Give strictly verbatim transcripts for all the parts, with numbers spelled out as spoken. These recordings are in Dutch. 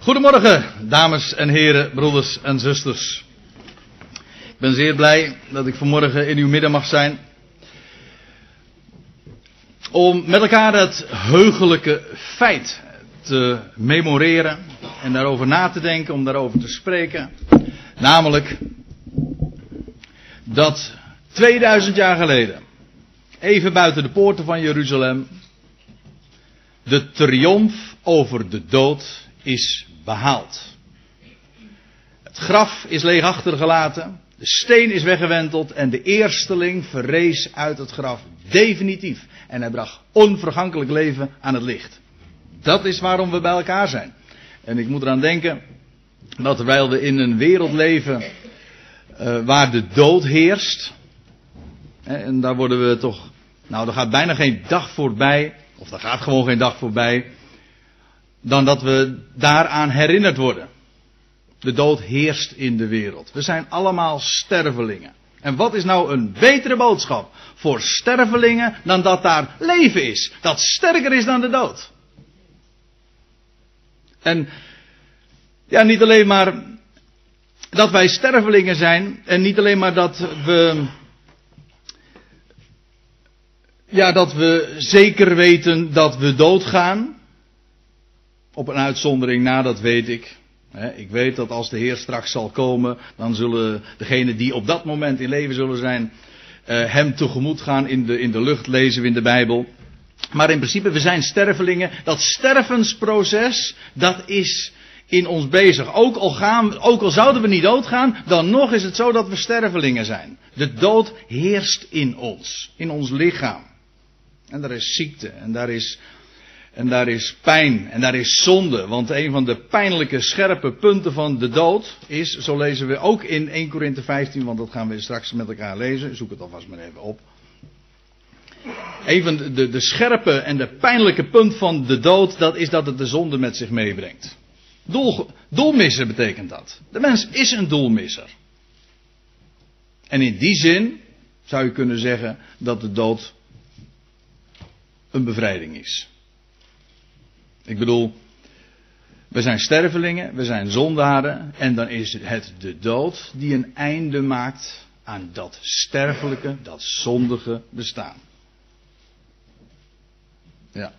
Goedemorgen, dames en heren, broeders en zusters. Ik ben zeer blij dat ik vanmorgen in uw midden mag zijn. Om met elkaar het heugelijke feit te memoreren en daarover na te denken, om daarover te spreken. Namelijk dat tweeduizend jaar geleden, even buiten de poorten van Jeruzalem, de triomf over de dood is behaald. Het graf is leeg achtergelaten, de steen is weggewenteld en de eersteling verrees uit het graf definitief. En hij bracht onvergankelijk leven aan het licht. Dat is waarom we bij elkaar zijn. En ik moet eraan denken dat terwijl we in een wereld leven uh, waar de dood heerst. Hè, en daar worden we toch, nou er gaat bijna geen dag voorbij, of er gaat gewoon geen dag voorbij, dan dat we daaraan herinnerd worden. De dood heerst in de wereld. We zijn allemaal stervelingen. En wat is nou een betere boodschap voor stervelingen dan dat daar leven is? Dat sterker is dan de dood. En ja, niet alleen maar dat wij stervelingen zijn en niet alleen maar dat we ja, dat we zeker weten dat we doodgaan. Op een uitzondering na, dat weet ik. Ik weet dat als de Heer straks zal komen, dan zullen degenen die op dat moment in leven zullen zijn, hem tegemoet gaan in de, in de lucht, lezen we in de Bijbel. Maar in principe, we zijn stervelingen. Dat stervensproces, dat is in ons bezig. Ook al, gaan, ook al zouden we niet doodgaan, dan nog is het zo dat we stervelingen zijn. De dood heerst in ons, in ons lichaam. En daar is ziekte, en daar is... En daar is pijn en daar is zonde. Want een van de pijnlijke scherpe punten van de dood is, zo lezen we ook in Eerste Korinthe vijftien, want dat gaan we straks met elkaar lezen. Zoek het alvast maar even op. Een van de, de, de scherpe en de pijnlijke punt van de dood, dat is dat het de zonde met zich meebrengt. Doel, doelmisser betekent dat. De mens is een doelmisser. En in die zin zou je kunnen zeggen dat de dood een bevrijding is. Ik bedoel, we zijn stervelingen, we zijn zondaren en dan is het de dood die een einde maakt aan dat sterfelijke, dat zondige bestaan. Ja.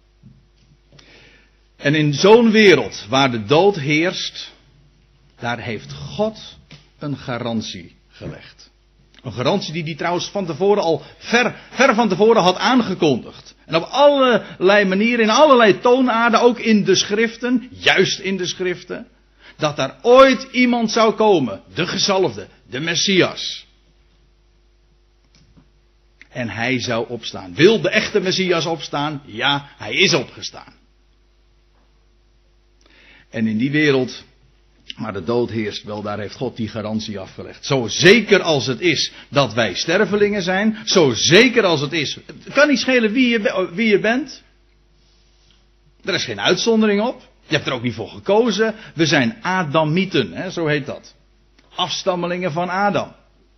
En in zo'n wereld waar de dood heerst, daar heeft God een garantie gelegd. Een garantie die hij trouwens van tevoren al ver, ver van tevoren had aangekondigd. En op allerlei manieren, in allerlei toonaarden, ook in de schriften, juist in de schriften, dat daar ooit iemand zou komen, de gezalfde, de Messias. En hij zou opstaan. Wil de echte Messias opstaan? Ja, hij is opgestaan. En in die wereld, maar de dood heerst, wel, daar heeft God die garantie afgelegd. Zo zeker als het is dat wij stervelingen zijn, zo zeker als het is. Het kan niet schelen wie je, wie je bent. Er is geen uitzondering op. Je hebt er ook niet voor gekozen. We zijn Adamieten, hè, zo heet dat. Afstammelingen van Adam.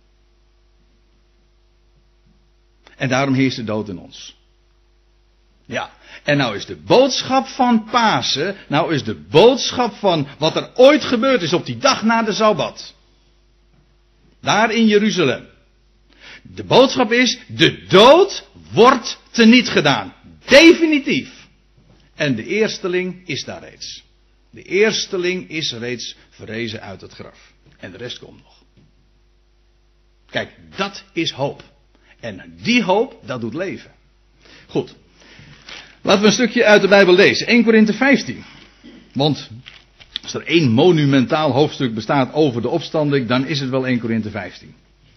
En daarom heerst de dood in ons. Ja, en nou is de boodschap van Pasen, nou is de boodschap van wat er ooit gebeurd is op die dag na de Sabbat. Daar in Jeruzalem. De boodschap is, de dood wordt teniet gedaan. Definitief. En de eersteling is daar reeds. De eersteling is reeds verrezen uit het graf. En de rest komt nog. Kijk, dat is hoop. En die hoop, dat doet leven. Goed. Laten we een stukje uit de Bijbel lezen. Eerste Korinthe vijftien. Want als er één monumentaal hoofdstuk bestaat over de opstanding, dan is het wel Eerste Korinthe vijftien.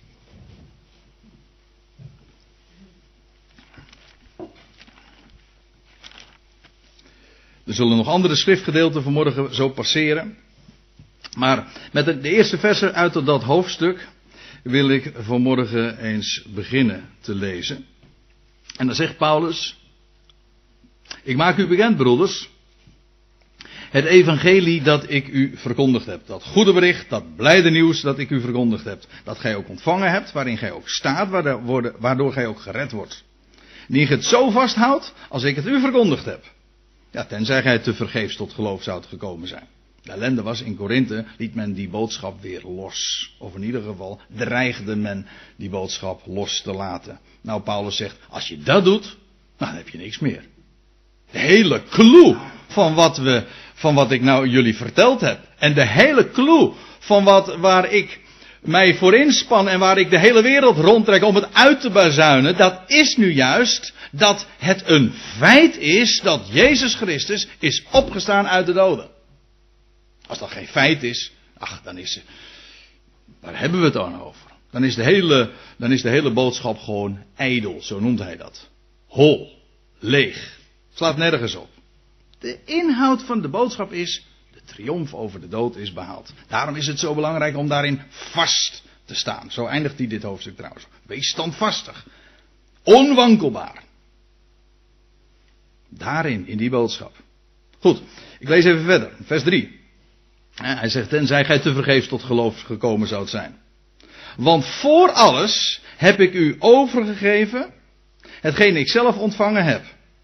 Er zullen nog andere schriftgedeelten vanmorgen zo passeren. Maar met de eerste versen uit dat hoofdstuk wil ik vanmorgen eens beginnen te lezen. En dan zegt Paulus: ik maak u bekend, broeders, het evangelie dat ik u verkondigd heb. Dat goede bericht, dat blijde nieuws dat ik u verkondigd heb. Dat gij ook ontvangen hebt, waarin gij ook staat, waardoor gij ook gered wordt. Indien gij het zo vasthoudt, als ik het u verkondigd heb. Ja, tenzij gij te vergeefs tot geloof zoudt gekomen zijn. De ellende was, in Korinthe liet men die boodschap weer los. Of in ieder geval dreigde men die boodschap los te laten. Nou, Paulus zegt, als je dat doet, nou, dan heb je niks meer. De hele clue van wat, we, van wat ik nou jullie verteld heb. En de hele clue van wat, waar ik mij voor inspan en waar ik de hele wereld rondtrek om het uit te bazuinen. Dat is nu juist dat het een feit is dat Jezus Christus is opgestaan uit de doden. Als dat geen feit is, ach, dan is, waar hebben we het dan over? Dan is de hele, dan is de hele boodschap gewoon ijdel, zo noemt hij dat. Hol, leeg, slaat nergens op. De inhoud van de boodschap is, de triomf over de dood is behaald. Daarom is het zo belangrijk om daarin vast te staan. Zo eindigt hij dit hoofdstuk trouwens. Wees standvastig, onwankelbaar. Daarin, in die boodschap. Goed, ik lees even verder, vers drie. Hij zegt, tenzij gij tevergeefs tot geloof gekomen zoudt zijn. Want voor alles heb ik u overgegeven, hetgeen ik zelf ontvangen heb.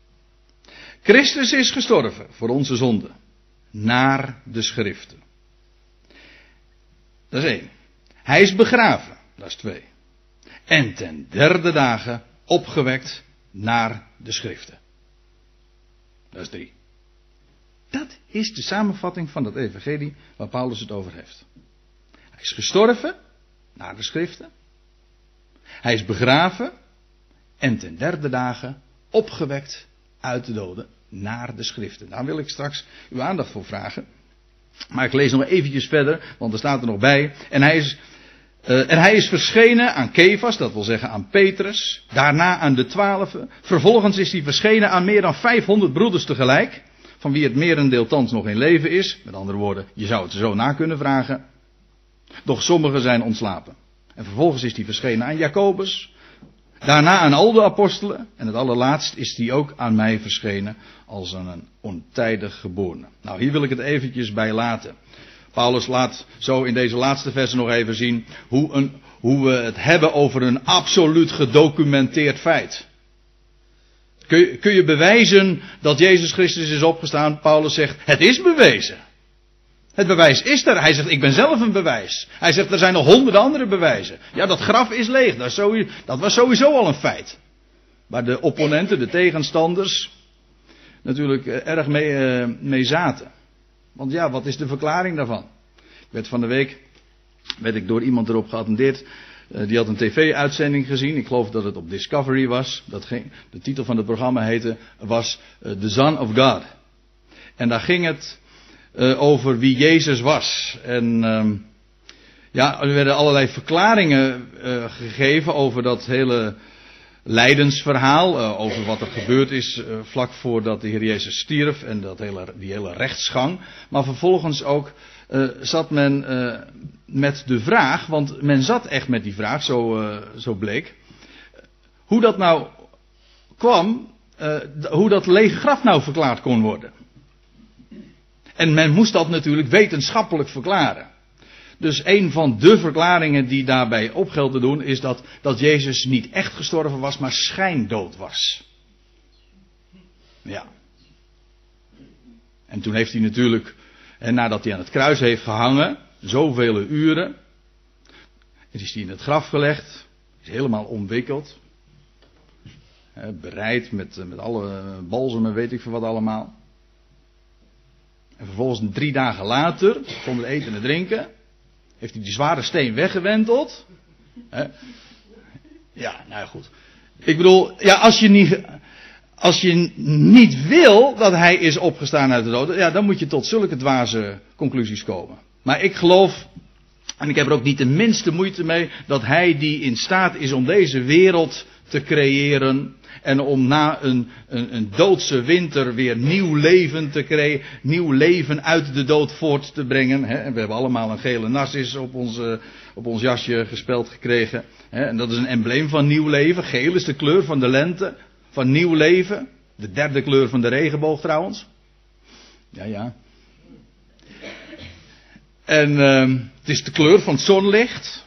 Christus is gestorven voor onze zonden, naar de schriften. Dat is één. Hij is begraven, dat is twee. En ten derde dagen opgewekt naar de schriften. Dat is drie. Dat is de samenvatting van dat evangelie waar Paulus het over heeft. Hij is gestorven, naar de schriften. Hij is begraven en ten derde dagen opgewekt uit de doden naar de schriften. Daar wil ik straks uw aandacht voor vragen. Maar ik lees nog eventjes verder, want er staat er nog bij. En hij is, uh, en hij is verschenen aan Kefas, dat wil zeggen aan Petrus. Daarna aan de twaalfen. Vervolgens is hij verschenen aan meer dan vijfhonderd broeders tegelijk. Van wie het merendeel thans nog in leven is. Met andere woorden, je zou het er zo na kunnen vragen. Doch sommigen zijn ontslapen. En vervolgens is hij verschenen aan Jacobus. Daarna aan al de apostelen. En het allerlaatst is hij ook aan mij verschenen als een ontijdig geborene. Nou, hier wil ik het eventjes bij laten. Paulus laat zo in deze laatste versen nog even zien hoe, een, hoe we het hebben over een absoluut gedocumenteerd feit. Kun je, kun je bewijzen dat Jezus Christus is opgestaan? Paulus zegt, het is bewezen. Het bewijs is er. Hij zegt, ik ben zelf een bewijs. Hij zegt, er zijn nog honderden andere bewijzen. Ja, dat graf is leeg. Dat, is sowieso, dat was sowieso al een feit. Waar de opponenten, de tegenstanders, natuurlijk erg mee, uh, mee zaten. Want ja, wat is de verklaring daarvan? Ik werd van de week, werd ik door iemand erop geattendeerd. Uh, die had een tv-uitzending gezien. Ik geloof dat het op Discovery was. Dat ging, de titel van het programma heette, was uh, The Son of God. En daar ging het uh, over wie Jezus was. En um, ja, er werden allerlei verklaringen uh, gegeven over dat hele lijdensverhaal. Uh, over wat er gebeurd is uh, vlak voordat de Heer Jezus stierf. En dat hele, die hele rechtsgang. Maar vervolgens ook uh, zat men uh, met de vraag, want men zat echt met die vraag, zo, uh, zo bleek. Hoe dat nou kwam, uh, hoe dat lege graf nou verklaard kon worden. En men moest dat natuurlijk wetenschappelijk verklaren. Dus een van de verklaringen die daarbij op geldt te doen is dat, dat Jezus niet echt gestorven was, maar schijndood was. Ja. En toen heeft hij natuurlijk, en nadat hij aan het kruis heeft gehangen, zoveel uren, is hij in het graf gelegd, is helemaal omwikkeld, bereid met, met alle balsemen, weet ik veel wat allemaal. En vervolgens drie dagen later, zonder eten en drinken, heeft hij die zware steen weggewenteld. He. Ja, nou goed. Ik bedoel, ja, als je niet, als je niet wil dat hij is opgestaan uit de doden, ja, dan moet je tot zulke dwaze conclusies komen. Maar ik geloof, en ik heb er ook niet de minste moeite mee, dat hij die in staat is om deze wereld te creëren en om na een, een, een doodse winter weer nieuw leven te creëren, nieuw leven uit de dood voort te brengen. Hè. En we hebben allemaal een gele narcis op ons, uh, op ons jasje gespeld gekregen. Hè. En dat is een embleem van nieuw leven. Geel is de kleur van de lente, van nieuw leven. De derde kleur van de regenboog trouwens. Ja, ja. En uh, het is de kleur van het zonlicht.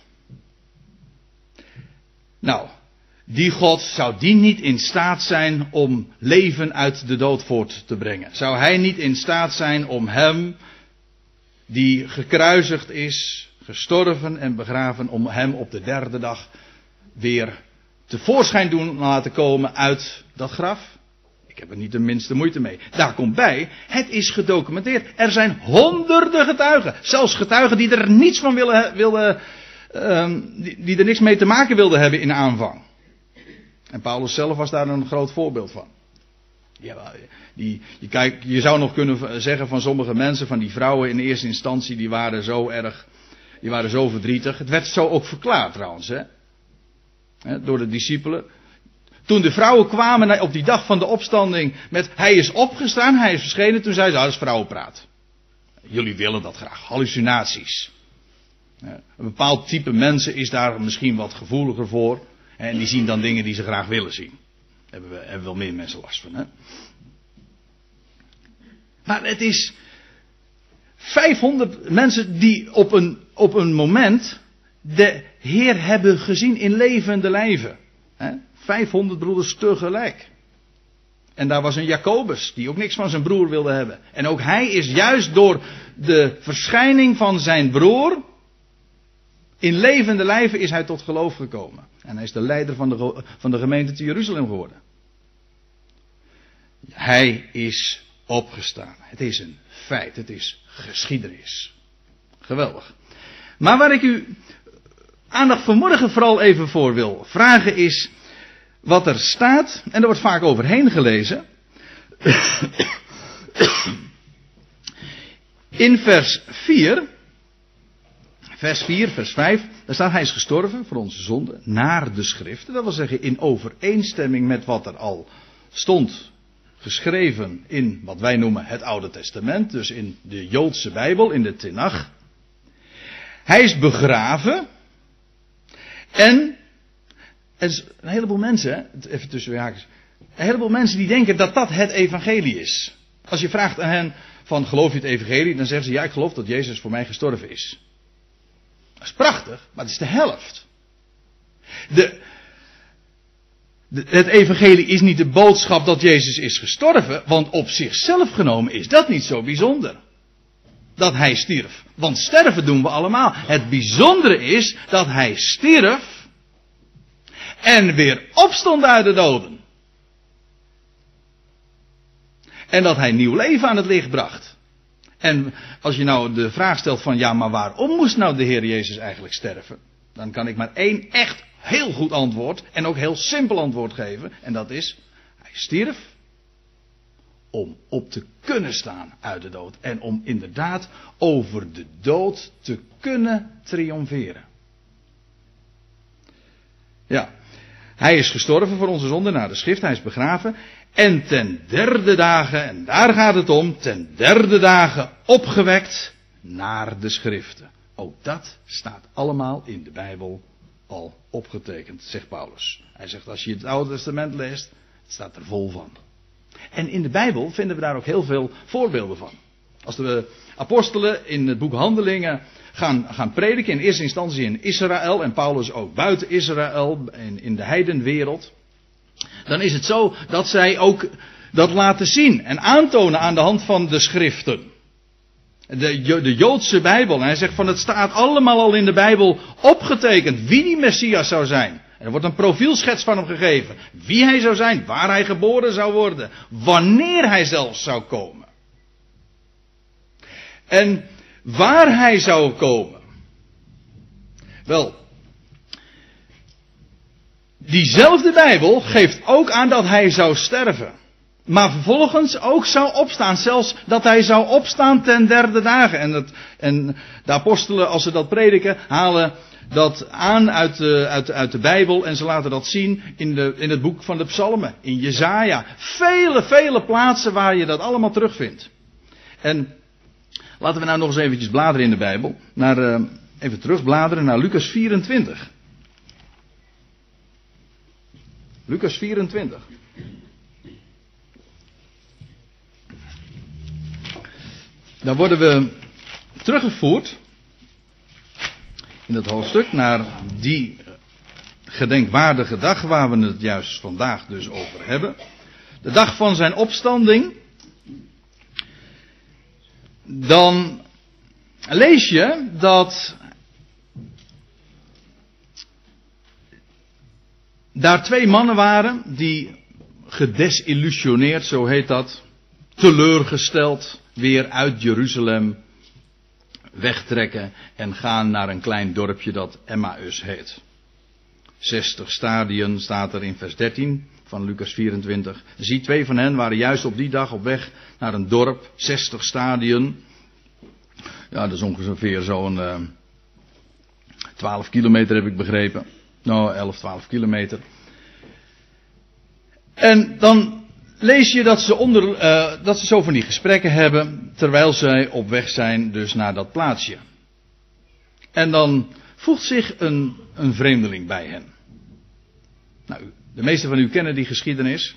Nou, die God, zou die niet in staat zijn om leven uit de dood voort te brengen? Zou hij niet in staat zijn om hem die gekruisigd is, gestorven en begraven, om hem op de derde dag weer tevoorschijn doen laten komen uit dat graf. Ik heb er niet de minste moeite mee. Daar komt bij, het is gedocumenteerd. Er zijn honderden getuigen. Zelfs getuigen die er niets van willen, willen um, die, die er niks mee te maken wilden hebben in aanvang. En Paulus zelf was daar een groot voorbeeld van. Ja, die, je, kijk, je zou nog kunnen zeggen van sommige mensen, van die vrouwen in eerste instantie, die waren zo erg, die waren zo verdrietig. Het werd zo ook verklaard trouwens, hè? Hè, door de discipelen. Toen de vrouwen kwamen op die dag van de opstanding met hij is opgestaan, hij is verschenen, toen zeiden ze, ah, dat is vrouwenpraat. Jullie willen dat graag, hallucinaties. Ja, een bepaald type mensen is daar misschien wat gevoeliger voor. En die zien dan dingen die ze graag willen zien. Daar hebben we hebben wel meer mensen last van. Hè? Maar het is vijfhonderd mensen die op een, op een moment de Heer hebben gezien in levende lijven. Hè? vijfhonderd broeders tegelijk. En daar was een Jacobus die ook niks van zijn broer wilde hebben. En ook hij is juist door de verschijning van zijn broer in levende lijven is hij tot geloof gekomen. En hij is de leider van de, van de gemeente te Jeruzalem geworden. Hij is opgestaan. Het is een feit. Het is geschiedenis. Geweldig. Maar waar ik u aandacht vanmorgen vooral even voor wil vragen is wat er staat. En er wordt vaak overheen gelezen. In vers vier. Vers vier, vers vijf. Daar staat hij is gestorven voor onze zonde. Naar de schriften. Dat wil zeggen in overeenstemming met wat er al stond. Geschreven in wat wij noemen het Oude Testament. Dus in de Joodse Bijbel, in de Tenach. Hij is begraven. En, en een heleboel mensen, even tussen haakjes. Een heleboel mensen die denken dat dat het evangelie is. Als je vraagt aan hen van geloof je het evangelie? Dan zeggen ze ja, ik geloof dat Jezus voor mij gestorven is. Dat is prachtig, maar het is de helft. De, de, het evangelie is niet de boodschap dat Jezus is gestorven, want op zichzelf genomen is dat niet zo bijzonder. Dat hij stierf. Want sterven doen we allemaal. Het bijzondere is dat hij stierf en weer opstond uit de doden. En dat hij nieuw leven aan het licht bracht. En als je nou de vraag stelt van ja, maar waarom moest nou de Heer Jezus eigenlijk sterven? Dan kan ik maar één echt heel goed antwoord en ook heel simpel antwoord geven. En dat is, hij stierf om op te kunnen staan uit de dood. En om inderdaad over de dood te kunnen triomferen. Ja, hij is gestorven voor onze zonde naar de schrift, hij is begraven. En ten derde dagen, en daar gaat het om, ten derde dagen opgewekt naar de schriften. Ook dat staat allemaal in de Bijbel al opgetekend, zegt Paulus. Hij zegt als je het Oude Testament leest, het staat er vol van. En in de Bijbel vinden we daar ook heel veel voorbeelden van. Als de apostelen in het boek Handelingen gaan, gaan prediken, in eerste instantie in Israël en Paulus ook buiten Israël, in, in de heidenwereld. Dan is het zo dat zij ook dat laten zien en aantonen aan de hand van de schriften. De, de Joodse Bijbel. En hij zegt van het staat allemaal al in de Bijbel opgetekend wie die Messias zou zijn. Er wordt een profielschets van hem gegeven. Wie hij zou zijn, waar hij geboren zou worden. Wanneer hij zelfs zou komen. En waar hij zou komen. Wel, diezelfde Bijbel geeft ook aan dat hij zou sterven. Maar vervolgens ook zou opstaan. Zelfs dat hij zou opstaan ten derde dagen. En, het, en de apostelen, als ze dat prediken, halen dat aan uit de, uit, uit de Bijbel. En ze laten dat zien in, de, in het boek van de Psalmen. In Jesaja. Vele, vele plaatsen waar je dat allemaal terugvindt. En laten we nou nog eens eventjes bladeren in de Bijbel. Naar, uh, even terugbladeren naar Lucas vierentwintig. Lucas vierentwintig. Dan worden we teruggevoerd in het hoofdstuk naar die gedenkwaardige dag waar we het juist vandaag dus over hebben. De dag van zijn opstanding. Dan lees je dat daar twee mannen waren die gedesillusioneerd, zo heet dat, teleurgesteld, weer uit Jeruzalem wegtrekken en gaan naar een klein dorpje dat Emmaus heet. zestig stadien staat er in vers dertien van Lucas vierentwintig. Zie, twee van hen waren juist op die dag op weg naar een dorp, zestig stadien. Ja, dat is ongeveer zo'n uh, twaalf kilometer heb ik begrepen. Nou, elf, twaalf kilometer. En dan lees je dat ze, onder, uh, dat ze zo van die gesprekken hebben, terwijl zij op weg zijn dus naar dat plaatsje. En dan voegt zich een, een vreemdeling bij hen. Nou, de meesten van u kennen die geschiedenis.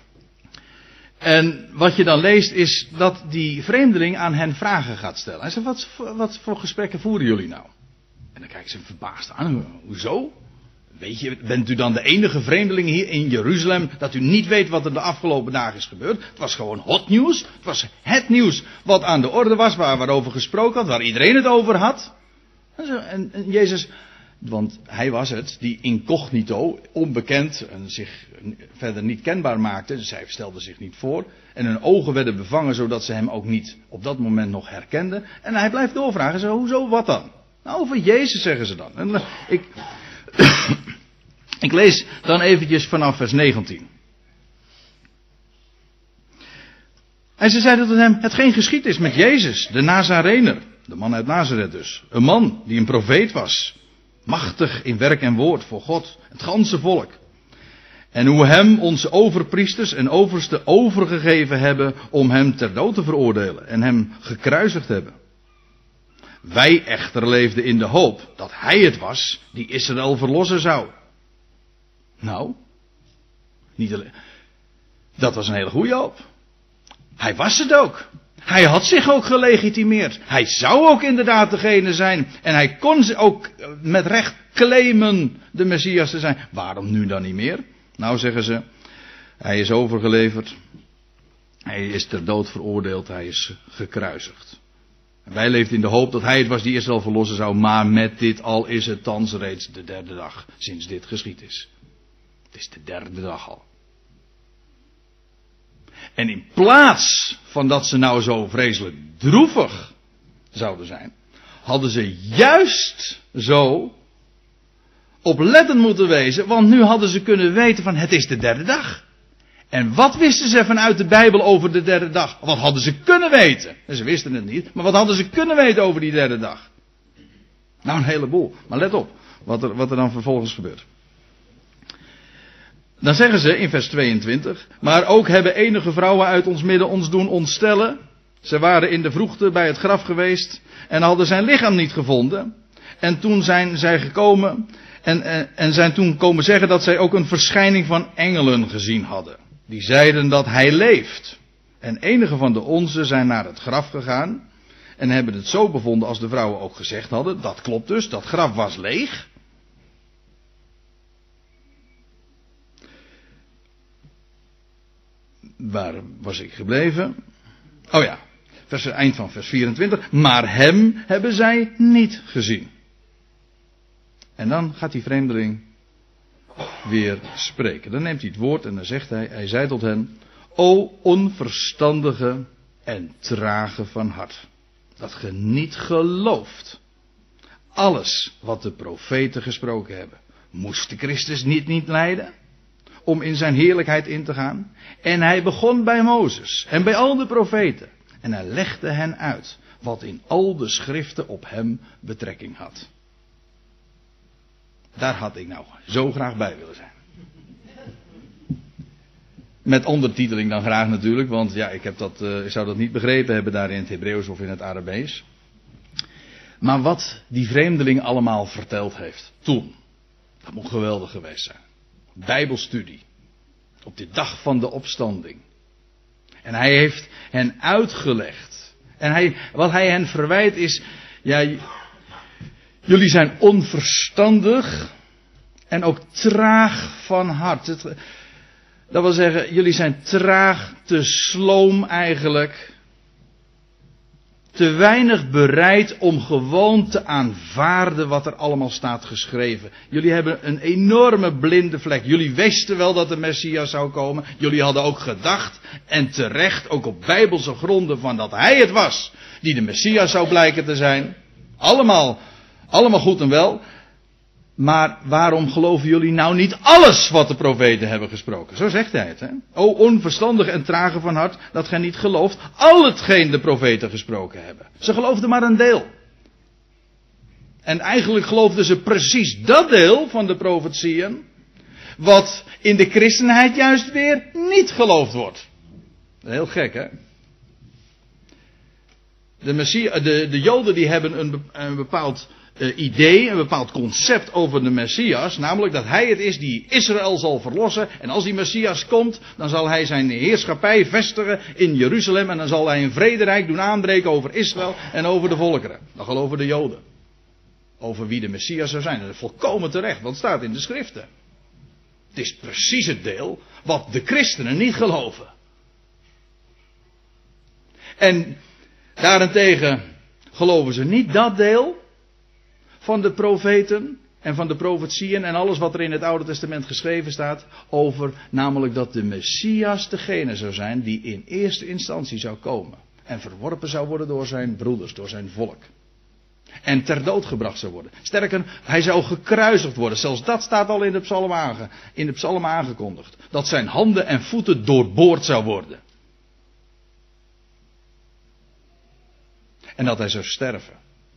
En wat je dan leest is dat die vreemdeling aan hen vragen gaat stellen. Hij zegt, wat, wat voor gesprekken voeren jullie nou? En dan kijken ze verbaasd aan. Hoezo? Weet je, bent u dan de enige vreemdeling hier in Jeruzalem dat u niet weet wat er de afgelopen dagen is gebeurd? Het was gewoon hot nieuws. Het was het nieuws wat aan de orde was, waar waarover gesproken had, waar iedereen het over had. En, zo, en, en Jezus, want hij was het die incognito, onbekend en zich verder niet kenbaar maakte. Dus hij stelde zich niet voor. En hun ogen werden bevangen zodat ze hem ook niet op dat moment nog herkenden. En hij blijft doorvragen, zo, hoezo, wat dan? Nou, over Jezus zeggen ze dan. En ik... Ik lees dan eventjes vanaf vers negentien. En ze zeiden tot hem, hetgeen geschied is met Jezus, de Nazarener, de man uit Nazareth dus. Een man die een profeet was, machtig in werk en woord voor God, het ganse volk. En hoe hem onze overpriesters en oversten overgegeven hebben om hem ter dood te veroordelen en hem gekruisigd hebben. Wij echter leefden in de hoop dat hij het was die Israël verlossen zou. Nou, niet alleen. Dat was een hele goede hoop. Hij was het ook. Hij had zich ook gelegitimeerd. Hij zou ook inderdaad degene zijn. En hij kon ook met recht claimen de Messias te zijn. Waarom nu dan niet meer? Nou, zeggen ze, hij is overgeleverd. Hij is ter dood veroordeeld. Hij is gekruisigd. En wij leefden in de hoop dat hij het was die Israël verlossen zou. Maar met dit al is het thans reeds de derde dag sinds dit geschied is. Het is de derde dag al. En in plaats van dat ze nou zo vreselijk droevig zouden zijn, hadden ze juist zo oplettend moeten wezen, want nu hadden ze kunnen weten van het is de derde dag. En wat wisten ze vanuit de Bijbel over de derde dag? Wat hadden ze kunnen weten? En ze wisten het niet, maar wat hadden ze kunnen weten over die derde dag? Nou, een heleboel. Maar let op, wat er, wat er dan vervolgens gebeurt. Dan zeggen ze in vers tweeëntwintig, maar ook hebben enige vrouwen uit ons midden ons doen ontstellen. Ze waren in de vroegte bij het graf geweest en hadden zijn lichaam niet gevonden. En toen zijn zij gekomen en, en, en zijn toen komen zeggen dat zij ook een verschijning van engelen gezien hadden. Die zeiden dat hij leeft. En enige van de onze zijn naar het graf gegaan en hebben het zo bevonden als de vrouwen ook gezegd hadden. Dat klopt dus, dat graf was leeg. Waar was ik gebleven? Oh ja, vers, eind van vers vierentwintig. Maar hem hebben zij niet gezien. En dan gaat die vreemdeling weer spreken. Dan neemt hij het woord en dan zegt hij, hij zei tot hen, o onverstandige en trage van hart, dat ge niet gelooft. Alles wat de profeten gesproken hebben. Moest de Christus niet niet lijden? Om in zijn heerlijkheid in te gaan. En hij begon bij Mozes en bij al de profeten. En hij legde hen uit wat in al de schriften op hem betrekking had. Daar had ik nou zo graag bij willen zijn. Met ondertiteling dan graag natuurlijk, want ja, ik, heb dat, uh, ik zou dat niet begrepen hebben daar in het Hebreeuws of in het Arabees. Maar wat die vreemdeling allemaal verteld heeft toen, dat moet geweldig geweest zijn. Bijbelstudie. Op de dag van de opstanding. En hij heeft hen uitgelegd. En hij, wat hij hen verwijt is, ja, jullie zijn onverstandig en ook traag van hart. Het, dat wil zeggen, jullie zijn traag, te sloom eigenlijk. te weinig bereid om gewoon te aanvaarden wat er allemaal staat geschreven. Jullie hebben een enorme blinde vlek. Jullie wisten wel dat de Messias zou komen. Jullie hadden ook gedacht, en terecht, ook op bijbelse gronden, van dat hij het was die de Messias zou blijken te zijn. Allemaal, allemaal goed en wel. Maar waarom geloven jullie nou niet alles wat de profeten hebben gesproken? Zo zegt hij het, hè? O onverstandige en trage van hart, dat gij niet gelooft al hetgeen de profeten gesproken hebben. Ze geloofden maar een deel. En eigenlijk geloofden ze precies dat deel van de profetieën, wat in de christenheid juist weer niet geloofd wordt. Heel gek, hè? De, Messia, de, de Joden die hebben een, een bepaald uh, idee, een bepaald concept over de Messias. Namelijk dat hij het is die Israël zal verlossen. En als die Messias komt, dan zal hij zijn heerschappij vestigen in Jeruzalem. En dan zal hij een vrederijk doen aanbreken over Israël en over de volkeren. Dat geloven de Joden. Over wie de Messias zou zijn. En dat is volkomen terecht, want het staat in de schriften. Het is precies het deel wat de christenen niet geloven. En daarentegen geloven ze niet dat deel van de profeten en van de profetieën en alles wat er in het Oude Testament geschreven staat over, namelijk dat de Messias degene zou zijn die in eerste instantie zou komen en verworpen zou worden door zijn broeders, door zijn volk. En ter dood gebracht zou worden. Sterker, hij zou gekruisigd worden. Zelfs dat staat al in de psalm, aange, in de psalm aangekondigd. Dat zijn handen en voeten doorboord zou worden. En dat hij zou sterven.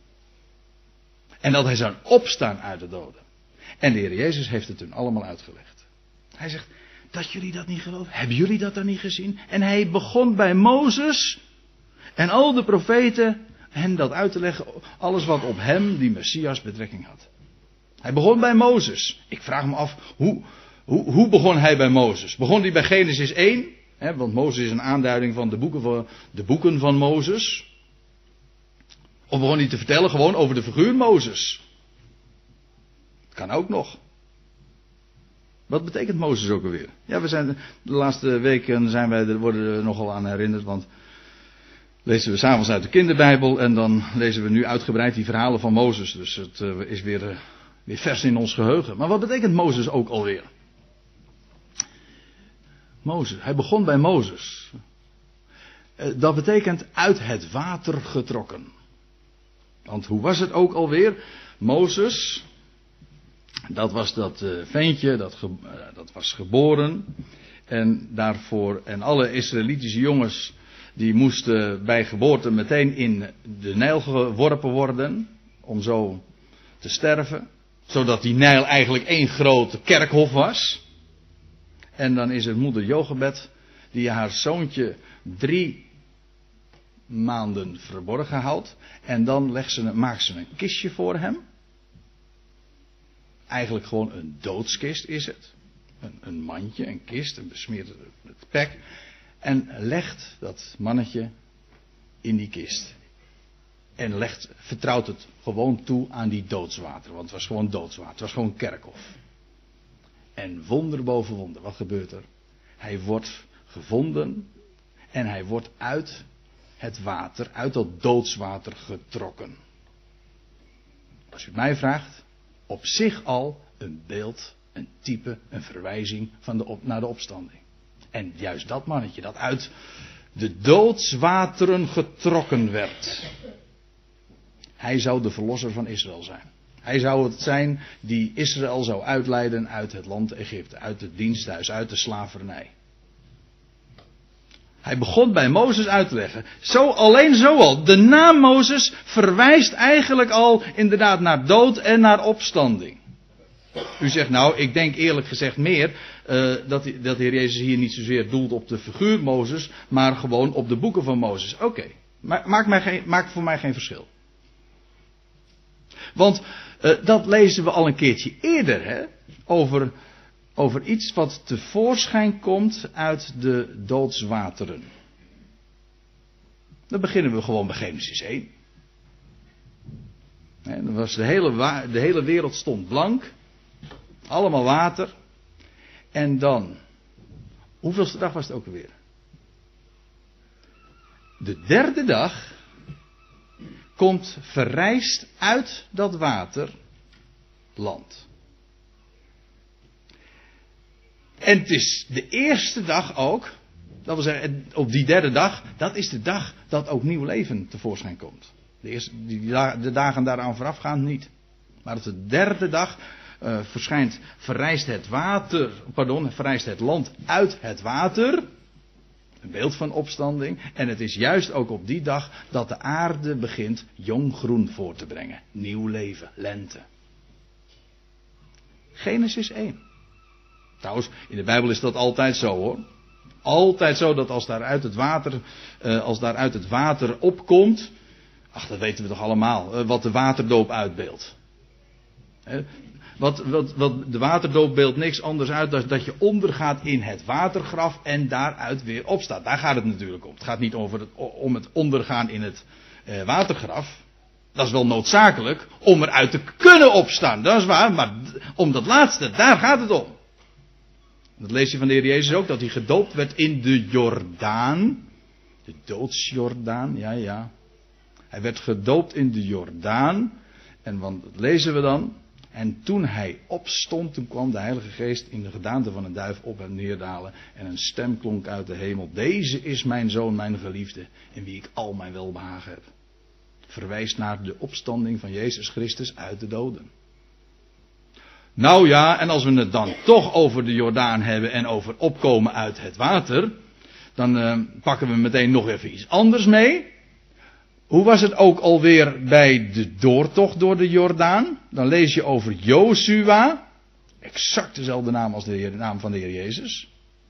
En dat hij zou opstaan uit de doden. En de Heer Jezus heeft het toen allemaal uitgelegd. Hij zegt, dat jullie dat niet geloven. Hebben jullie dat dan niet gezien? En hij begon bij Mozes en al de profeten hen dat uit te leggen. Alles wat op hem, die Messias, betrekking had. Hij begon bij Mozes. Ik vraag me af, hoe, hoe, hoe begon hij bij Mozes? Begon hij bij Genesis één? Hè, want Mozes is een aanduiding van de boeken van, de boeken van Mozes. Of begon hij te vertellen gewoon over de figuur Mozes? Dat kan ook nog. Wat betekent Mozes ook alweer? Ja, we zijn de laatste weken zijn wij er, worden er nogal aan herinnerd, want lezen we s'avonds uit de kinderbijbel en dan lezen we nu uitgebreid die verhalen van Mozes. Dus het uh, is weer, uh, weer vers in ons geheugen. Maar wat betekent Mozes ook alweer? Mozes, hij begon bij Mozes. Uh, dat betekent uit het water getrokken. Want hoe was het ook alweer? Mozes, dat was dat uh, ventje, dat, ge, uh, dat was geboren. En daarvoor, en alle Israëlitische jongens, die moesten bij geboorte meteen in de Nijl geworpen worden. Om zo te sterven. Zodat die Nijl eigenlijk één grote kerkhof was. En dan is het moeder Jochebed die haar zoontje drie maanden verborgen houdt. En dan legt ze, maakt ze een kistje voor hem. Eigenlijk gewoon een doodskist is het. Een, een mandje, een kist, een besmeerd met pek. En legt dat mannetje in die kist. En legt, vertrouwt het gewoon toe aan die doodswater. Want het was gewoon doodswater. Het was gewoon kerkhof. En wonder boven wonder. Wat gebeurt er? Hij wordt gevonden. En hij wordt uit het water, uit dat doodswater getrokken. Als u het mij vraagt. Op zich al een beeld, een type, een verwijzing van de op, naar de opstanding. En juist dat mannetje dat uit de doodswateren getrokken werd. Hij zou de verlosser van Israël zijn. Hij zou het zijn die Israël zou uitleiden uit het land Egypte. Uit het diensthuis, uit de slavernij. Hij begon bij Mozes uit te leggen. Zo, alleen zo al. De naam Mozes verwijst eigenlijk al inderdaad naar dood en naar opstanding. U zegt nou, ik denk eerlijk gezegd meer uh, dat, dat de Heer Jezus hier niet zozeer doelt op de figuur Mozes, maar gewoon op de boeken van Mozes. Oké, okay. maakt mij geen, maakt voor mij geen verschil. Want uh, dat lezen we al een keertje eerder, hè? Over, over iets wat tevoorschijn komt uit de doodswateren. Dan beginnen we gewoon bij Genesis één. En dan was de hele, wa- de hele wereld stond blank. Allemaal water. En dan. Hoeveelste dag was het ook alweer? De derde dag. komt verrijst uit dat waterland. En het is de eerste dag ook, dat wil zeggen, op die derde dag, dat is de dag dat ook nieuw leven tevoorschijn komt. De, eerste, die, de dagen daaraan voorafgaand niet. Maar op de derde dag uh, verschijnt, verrijst het water, pardon, verrijst het land uit het water. Een beeld van opstanding. En het is juist ook op die dag dat de aarde begint jong groen voor te brengen. Nieuw leven, lente. Genesis één. Trouwens, in de Bijbel is dat altijd zo hoor. Altijd zo dat als daar uit het water, uh, als daar uit het water opkomt. Ach, dat weten we toch allemaal. Uh, wat de waterdoop uitbeeldt. He, wat, wat, wat de waterdoop beeldt niks anders uit dan dat je ondergaat in het watergraf en daaruit weer opstaat. Daar gaat het natuurlijk om. Het gaat niet over het, om het ondergaan in het uh, watergraf. Dat is wel noodzakelijk om eruit te kunnen opstaan. Dat is waar, maar om dat laatste, daar gaat het om. Dat lees je van de Heer Jezus ook, dat hij gedoopt werd in de Jordaan. De doodsjordaan, ja ja. Hij werd gedoopt in de Jordaan. En want, dat lezen we dan. En toen hij opstond, toen kwam de Heilige Geest in de gedaante van een duif op hem neerdalen. En een stem klonk uit de hemel. Deze is mijn zoon, mijn geliefde, in wie ik al mijn welbehagen heb. Verwijst naar de opstanding van Jezus Christus uit de doden. Nou ja, en als we het dan toch over de Jordaan hebben en over opkomen uit het water, dan uh, pakken we meteen nog even iets anders mee. Hoe was het ook alweer bij de doortocht door de Jordaan? Dan lees je over Jozua. Exact dezelfde naam als de, Heer, de naam van de Heer Jezus.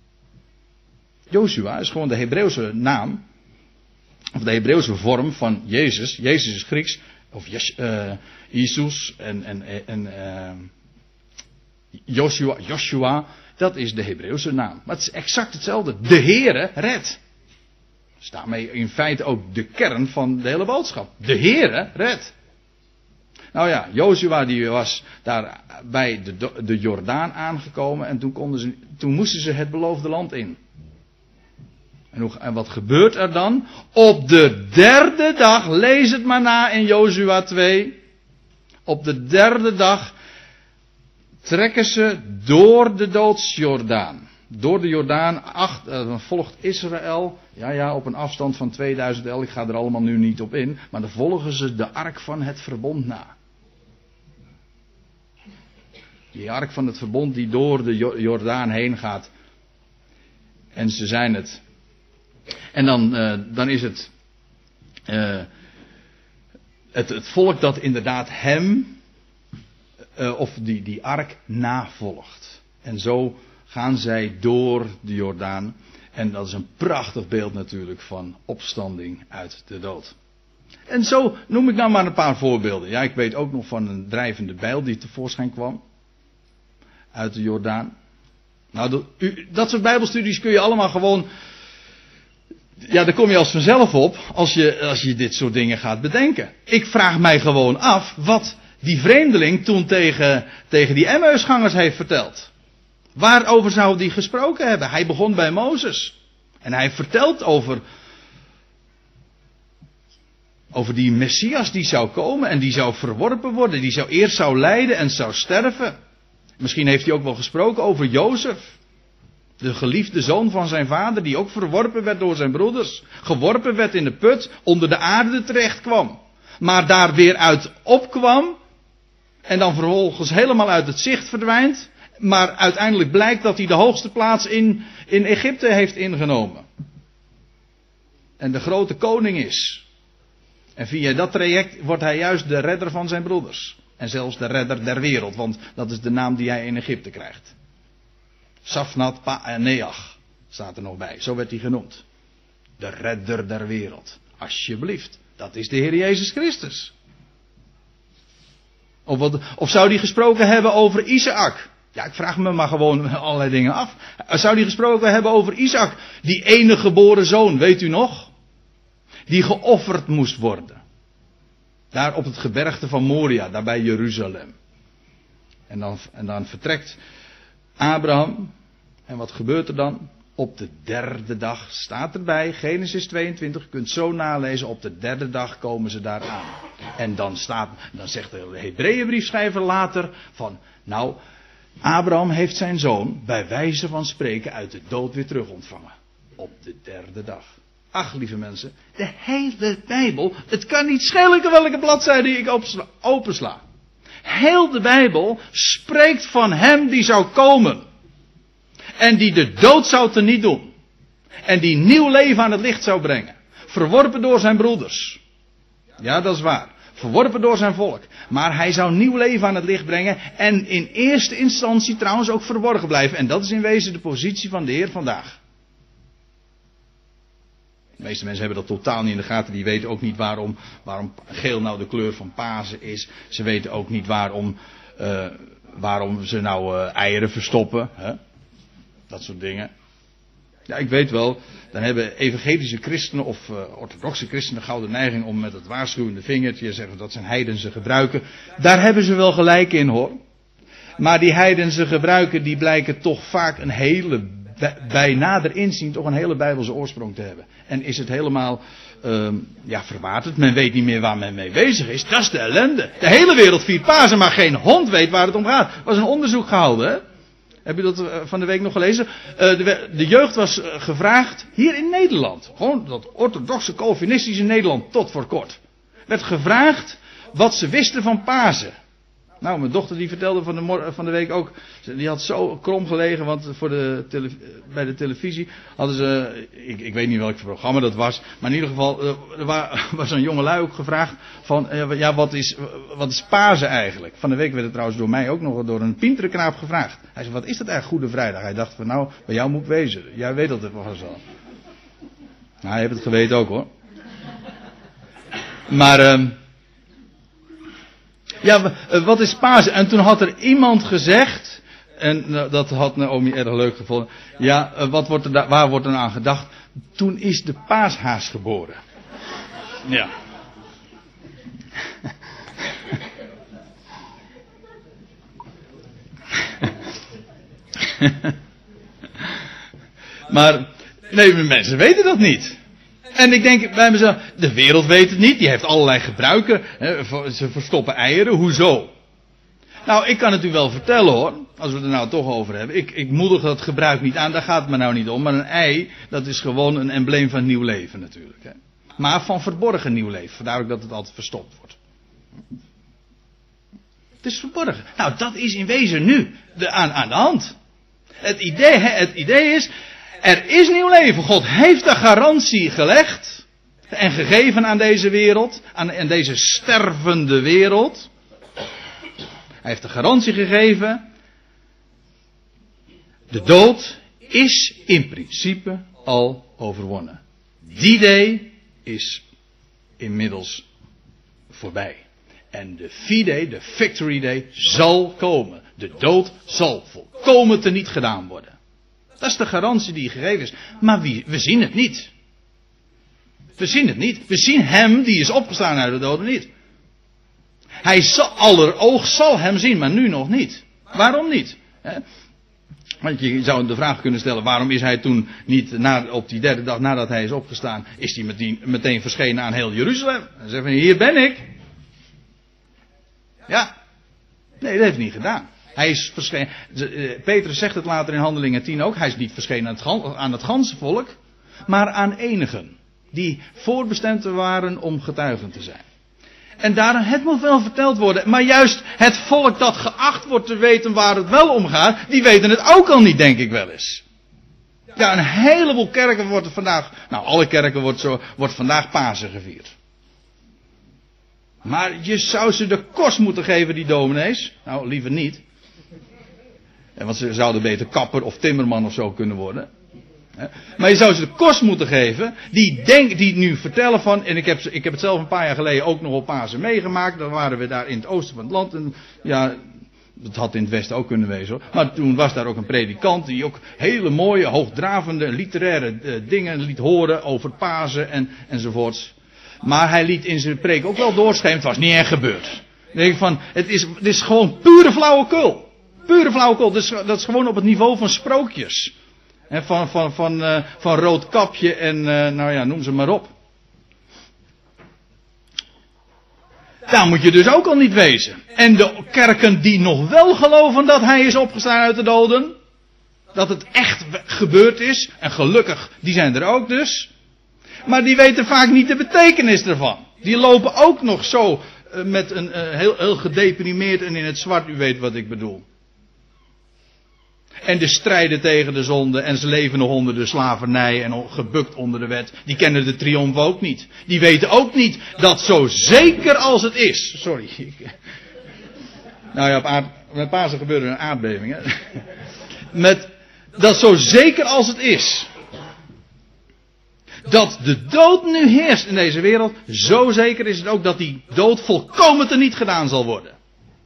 Jozua is gewoon de Hebreeuwse naam. Of de Hebreeuwse vorm van Jezus. Jezus is Grieks. Of Jes, uh, Jezus en, en, en uh, Joshua, Joshua. Dat is de Hebreeuwse naam. Maar het is exact hetzelfde. De Heere redt. Dat is daarmee in feite ook de kern van de hele boodschap. De Heere redt. Nou ja, Joshua die was daar bij de, de Jordaan aangekomen. En toen, konden ze, toen moesten ze het beloofde land in. En, hoe, en wat gebeurt er dan? Op de derde dag, lees het maar na in Jozua twee. Op de derde dag trekken ze door de doodsjordaan. Door de Jordaan, acht, uh, dan volgt Israël, ja ja, op een afstand van tweeduizend el, ik ga er allemaal nu niet op in, maar dan volgen ze de ark van het verbond na. Die ark van het verbond die door de Jordaan heen gaat. En ze zijn het. En dan, uh, dan is het, uh, het het volk dat inderdaad hem, uh, of die, die ark navolgt. En zo gaan zij door de Jordaan. En dat is een prachtig beeld natuurlijk van opstanding uit de dood. En zo noem ik nou maar een paar voorbeelden. Ja, ik weet ook nog van een drijvende bijl die tevoorschijn kwam. Uit de Jordaan. Nou, dat, u, dat soort bijbelstudies kun je allemaal gewoon. Ja, daar kom je als vanzelf op als je, als je dit soort dingen gaat bedenken. Ik vraag mij gewoon af wat die vreemdeling toen tegen, tegen die Emmausgangers heeft verteld. Waarover zou die gesproken hebben? Hij begon bij Mozes. En hij vertelt over, over die Messias die zou komen en die zou verworpen worden. Die zou eerst zou lijden en zou sterven. Misschien heeft hij ook wel gesproken over Jozef. De geliefde zoon van zijn vader die ook verworpen werd door zijn broeders. Geworpen werd in de put, onder de aarde terecht kwam. Maar daar weer uit opkwam. En dan vervolgens helemaal uit het zicht verdwijnt. Maar uiteindelijk blijkt dat hij de hoogste plaats in, in Egypte heeft ingenomen. En de grote koning is. En via dat traject wordt hij juist de redder van zijn broeders. En zelfs de redder der wereld. Want dat is de naam die hij in Egypte krijgt. Safnat Paeneach staat er nog bij. Zo werd hij genoemd. De redder der wereld. Alsjeblieft. Dat is de Heer Jezus Christus. Of, wat, of zou hij gesproken hebben over Isaac? Ja, ik vraag me maar gewoon allerlei dingen af. Zou hij gesproken hebben over Isaac? Die enige geboren zoon, weet u nog? Die geofferd moest worden. Daar op het gebergte van Moria, daar bij Jeruzalem. En dan, en dan vertrekt Abraham. En wat gebeurt er dan? Op de derde dag staat erbij, Genesis tweeëntwintig, je kunt zo nalezen, op de derde dag komen ze daar aan. En dan staat, dan zegt de Hebreeënbriefschrijver later van, nou, Abraham heeft zijn zoon bij wijze van spreken uit de dood weer terug ontvangen. Op de derde dag. Ach, lieve mensen, de hele Bijbel, het kan niet schelen welke bladzijde ik opensla, opensla. Heel de Bijbel spreekt van hem die zou komen. En die de dood zou teniet doen. En die nieuw leven aan het licht zou brengen. Verworpen door zijn broeders. Ja, dat is waar. Verworpen door zijn volk. Maar hij zou nieuw leven aan het licht brengen. En in eerste instantie trouwens ook verborgen blijven. En dat is in wezen de positie van de Heer vandaag. De meeste mensen hebben dat totaal niet in de gaten. Die weten ook niet waarom, waarom geel nou de kleur van Pasen is. Ze weten ook niet waarom, uh, waarom ze nou uh, eieren verstoppen. Hè? Dat soort dingen. Ja, ik weet wel. Dan hebben evangelische christenen of uh, orthodoxe christenen gauw de neiging om met het waarschuwende vingertje te zeggen dat zijn heidense gebruiken. Daar hebben ze wel gelijk in, hoor. Maar die heidense gebruiken die blijken toch vaak een hele, bij nader inzien toch een hele Bijbelse oorsprong te hebben. En is het helemaal uh, ja, verwaterd. Men weet niet meer waar men mee bezig is. Dat is de ellende. De hele wereld viert Pasen, maar geen hond weet waar het om gaat. Er was een onderzoek gehouden, hè. Heb je dat van de week nog gelezen? Uh, de, de jeugd was uh, gevraagd, hier in Nederland, gewoon dat orthodoxe Calvinistische Nederland tot voor kort, werd gevraagd wat ze wisten van Pasen. Nou, mijn dochter die vertelde van de, mor- van de week ook, die had zo krom gelegen, want voor de tele- bij de televisie hadden ze, ik, ik weet niet welk programma dat was, maar in ieder geval, er wa- was een jongelui ook gevraagd van, ja, wat is, wat is Pasen eigenlijk? Van de week werd het trouwens door mij ook nog door een Pinterenknaap gevraagd. Hij zei, wat is dat eigenlijk, Goede Vrijdag? Hij dacht van, nou, bij jou moet ik wezen. Jij weet dat het wel zo. Nou, hij heeft het geweten ook, hoor. Maar, um, ja, wat is Pasen? En toen had er iemand gezegd, en dat had Naomi erg leuk gevonden. Ja, wat wordt er da- waar wordt er aan gedacht? Toen is de paashaas geboren. Ja. Maar, nee, mensen weten dat niet. En ik denk bij mezelf, de wereld weet het niet, die heeft allerlei gebruiken, hè, ze verstoppen eieren, hoezo? Nou, ik kan het u wel vertellen, hoor, als we het er nou toch over hebben. Ik, ik moedig dat gebruik niet aan, daar gaat het me nou niet om, maar een ei, dat is gewoon een embleem van nieuw leven natuurlijk. Hè. Maar van verborgen nieuw leven, vandaar ook dat het altijd verstopt wordt. Het is verborgen. Nou, dat is in wezen nu de, aan, aan de hand. Het idee, het idee is, er is nieuw leven. God heeft de garantie gelegd en gegeven aan deze wereld, aan, aan deze stervende wereld. Hij heeft de garantie gegeven. De dood is in principe al overwonnen. Die day is inmiddels voorbij. En de V-day, de Victory Day, zal komen. De dood zal volkomen teniet gedaan worden. Dat is de garantie die gegeven is. Maar wie, we zien het niet. We zien het niet. We zien hem die is opgestaan uit de doden niet. Hij zal, aller oog zal hem zien, maar nu nog niet. Waarom niet? He? Want je zou de vraag kunnen stellen, waarom is hij toen niet na, op die derde dag nadat hij is opgestaan, is hij meteen, meteen verschenen aan heel Jeruzalem? En zegt van, hier ben ik. Ja. Nee, dat heeft hij niet gedaan. Hij is verschenen. Petrus zegt het later in Handelingen tien ook. Hij is niet verschenen aan het, aan het ganse volk. Maar aan enigen. Die voorbestemd waren om getuigen te zijn. En daarom, het moet wel verteld worden. Maar juist het volk dat geacht wordt te weten waar het wel om gaat. Die weten het ook al niet, denk ik wel eens. Ja, een heleboel kerken wordt vandaag. Nou, alle kerken wordt, zo, wordt vandaag Pasen gevierd. Maar je zou ze de kost moeten geven, die dominees. Nou, liever niet. Want ze zouden beter kapper of timmerman of zo kunnen worden. Maar je zou ze de kost moeten geven. Die, denk, die nu vertellen van. En ik heb, ik heb het zelf een paar jaar geleden ook nog op Pasen meegemaakt. Dan waren we daar in het oosten van het land. En ja, dat had in het westen ook kunnen wezen hoor. Maar toen was daar ook een predikant. Die ook hele mooie, hoogdravende, literaire uh, dingen liet horen. Over Pasen en, enzovoorts. Maar hij liet in zijn preek ook wel doorschemeren. Het was niet echt gebeurd. Dan denk ik van. Het is, het is gewoon pure flauwekul. Pure flauwekul. Dat is, dat is gewoon op het niveau van sprookjes. He, van, van, van, uh, van Roodkapje en uh, nou ja, noem ze maar op. Daar moet je dus ook al niet wezen. En de kerken die nog wel geloven dat hij is opgestaan uit de doden. Dat het echt gebeurd is. En gelukkig, die zijn er ook dus. Maar die weten vaak niet de betekenis ervan. Die lopen ook nog zo uh, met een uh, heel, heel gedeprimeerd en in het zwart. U weet wat ik bedoel. En de strijden tegen de zonde. En ze leven nog onder de slavernij. En gebukt onder de wet. Die kennen de triomf ook niet. Die weten ook niet dat zo zeker als het is. Sorry. Nou ja, op aard, met Pasen gebeurde een aardbeving. Hè? Met, dat zo zeker als het is. Dat de dood nu heerst in deze wereld. Zo zeker is het ook dat die dood volkomen teniet gedaan zal worden.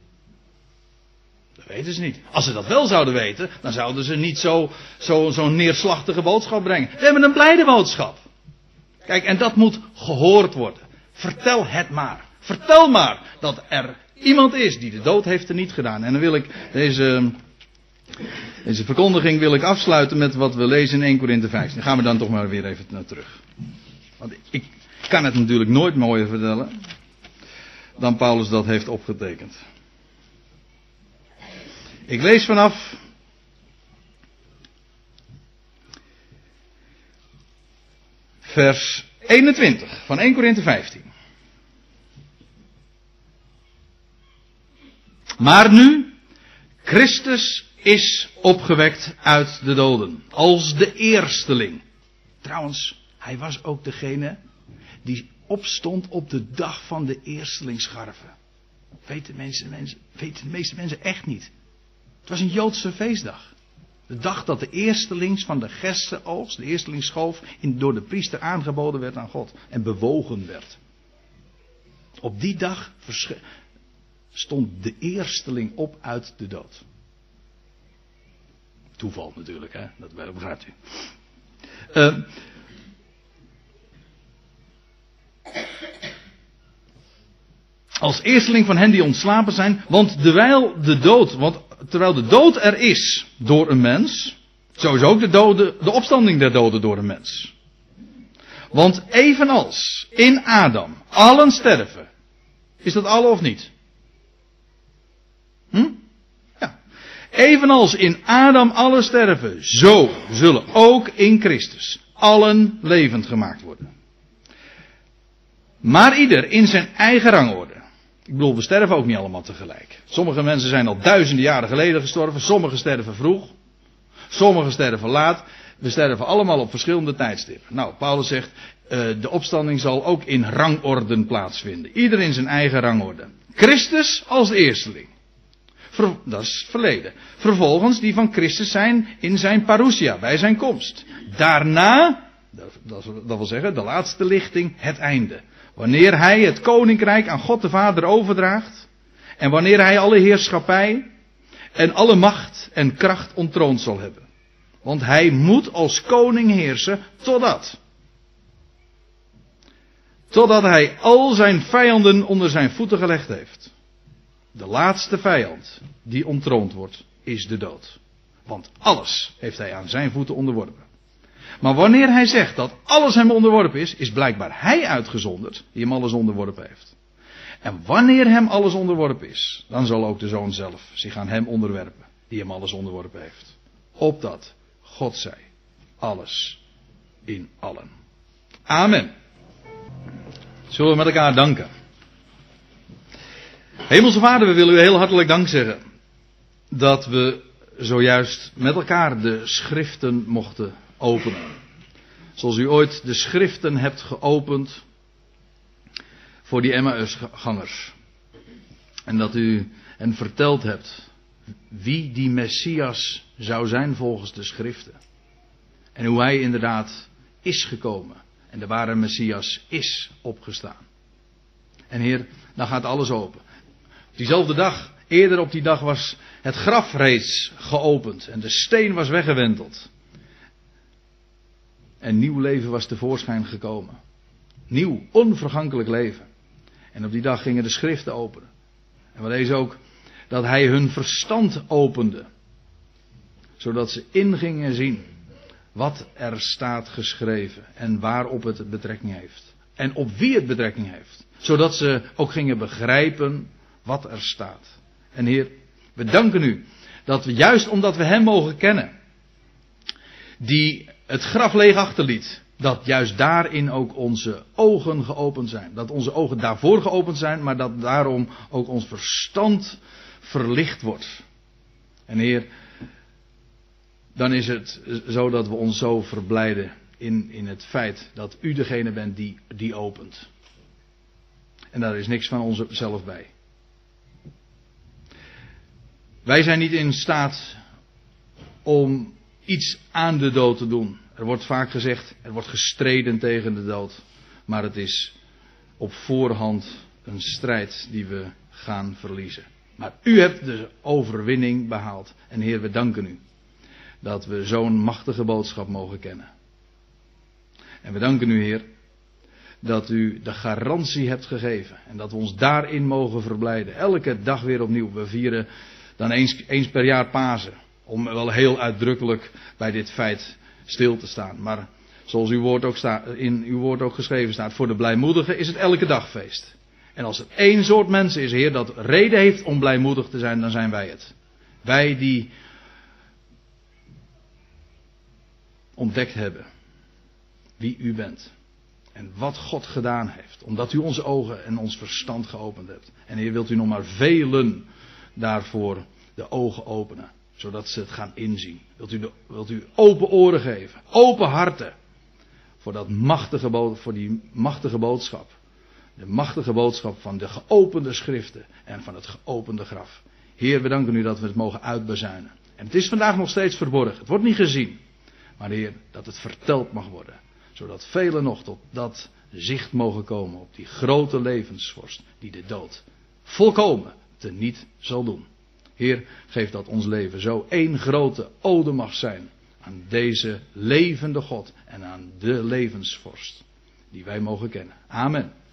Dat weten ze niet. Als ze dat wel zouden weten, dan zouden ze niet zo, zo, zo'n neerslachtige boodschap brengen. Ze hebben een blijde boodschap. Kijk, en dat moet gehoord worden. Vertel het maar. Vertel maar dat er iemand is die de dood heeft teniet gedaan. En dan wil ik deze, deze verkondiging wil ik afsluiten met wat we lezen in Eerste Korinthe vijftien. Dan gaan we dan toch maar weer even naar terug. Want ik kan het natuurlijk nooit mooier vertellen dan Paulus dat heeft opgetekend. Ik lees vanaf vers eenentwintig van Eerste Korinthe vijftien. Maar nu, Christus is opgewekt uit de doden, als de eersteling. Trouwens, hij was ook degene die opstond op de dag van de eerstelingsscharven. Weten de, mensen, mensen, weten de meeste mensen echt niet. Het was een Joodse feestdag. De dag dat de eerstelings van de gerstenoogst, de eerstelingsschoof, in, door de priester aangeboden werd aan God. En bewogen werd. Op die dag versch- stond de eersteling op uit de dood. Toeval natuurlijk, hè? Dat begrijpt u. Uh, als eersteling van hen die ontslapen zijn, want terwijl de dood, want terwijl de dood er is door een mens, zo is ook de, dode, de opstanding der doden door een mens. Want evenals in Adam allen sterven, is dat alle of niet? Hm? Ja. Evenals in Adam allen sterven, zo zullen ook in Christus allen levend gemaakt worden. Maar ieder in zijn eigen rangorde. Ik bedoel, we sterven ook niet allemaal tegelijk. Sommige mensen zijn al duizenden jaren geleden gestorven. Sommigen sterven vroeg. Sommigen sterven laat. We sterven allemaal op verschillende tijdstippen. Nou, Paulus zegt, uh, de opstanding zal ook in rangorden plaatsvinden. Ieder in zijn eigen rangorde. Christus als de eersteling. Ver, dat is het verleden. Vervolgens die van Christus zijn in zijn parousia, bij zijn komst. Daarna, dat, dat wil zeggen, de laatste lichting, het einde. Wanneer hij het koninkrijk aan God de Vader overdraagt. En wanneer hij alle heerschappij en alle macht en kracht ontroond zal hebben. Want hij moet als koning heersen totdat. Totdat hij al zijn vijanden onder zijn voeten gelegd heeft. De laatste vijand die ontroond wordt is de dood. Want alles heeft hij aan zijn voeten onderworpen. Maar wanneer hij zegt dat alles hem onderworpen is, is blijkbaar hij uitgezonderd die hem alles onderworpen heeft. En wanneer hem alles onderworpen is, dan zal ook de Zoon zelf zich aan hem onderwerpen die hem alles onderworpen heeft. Opdat God zij alles in allen. Amen. Zullen we met elkaar danken. Hemelse Vader, we willen u heel hartelijk dank zeggen dat we zojuist met elkaar de schriften mochten openen. Zoals u ooit de schriften hebt geopend voor die Emmausgangers. En dat u hen verteld hebt wie die Messias zou zijn volgens de schriften. En hoe hij inderdaad is gekomen. En de ware Messias is opgestaan. En Heer, dan gaat alles open. Op diezelfde dag, eerder op die dag was het graf reeds geopend. En de steen was weggewenteld. En nieuw leven was tevoorschijn gekomen. Nieuw, onvergankelijk leven. En op die dag gingen de schriften openen. En we lezen ook dat hij hun verstand opende. Zodat ze in gingen zien wat er staat geschreven en waarop het betrekking heeft. En op wie het betrekking heeft. Zodat ze ook gingen begrijpen wat er staat. En Heer, we danken u dat we juist omdat we hem mogen kennen, die het graf leeg achterliet, dat juist daarin ook onze ogen geopend zijn. Dat onze ogen daarvoor geopend zijn, maar dat daarom ook ons verstand verlicht wordt. En Heer, dan is het zo dat we ons zo verblijden in, in het feit dat u degene bent die, die opent. En daar is niks van onszelf bij. Wij zijn niet in staat om iets aan de dood te doen. Er wordt vaak gezegd, er wordt gestreden tegen de dood. Maar het is op voorhand een strijd die we gaan verliezen. Maar u hebt de overwinning behaald. En Heer, we danken u dat we zo'n machtige boodschap mogen kennen. En we danken u, Heer, dat u de garantie hebt gegeven. En dat we ons daarin mogen verblijden. Elke dag weer opnieuw. We vieren dan eens, eens per jaar Pasen. Om wel heel uitdrukkelijk bij dit feit stil te staan. Maar zoals uw woord ook staat, in uw woord ook geschreven staat, voor de blijmoedigen is het elke dag feest. En als er één soort mensen is, Heer, dat reden heeft om blijmoedig te zijn, dan zijn wij het. Wij die ontdekt hebben wie u bent. En wat God gedaan heeft. Omdat u onze ogen en ons verstand geopend hebt. En Heer, wilt u nog maar velen daarvoor de ogen openen. Zodat ze het gaan inzien. Wilt u, de, wilt u open oren geven. Open harten. Voor, dat machtige, voor die machtige boodschap. De machtige boodschap van de geopende schriften. En van het geopende graf. Heer, we danken u dat we het mogen uitbezuinen. En het is vandaag nog steeds verborgen. Het wordt niet gezien. Maar Heer, dat het verteld mag worden. Zodat velen nog tot dat zicht mogen komen. Op die grote levensvorst. Die de dood volkomen teniet zal doen. Heer, geef dat ons leven zo één grote ode mag zijn aan deze levende God en aan de levensvorst die wij mogen kennen. Amen.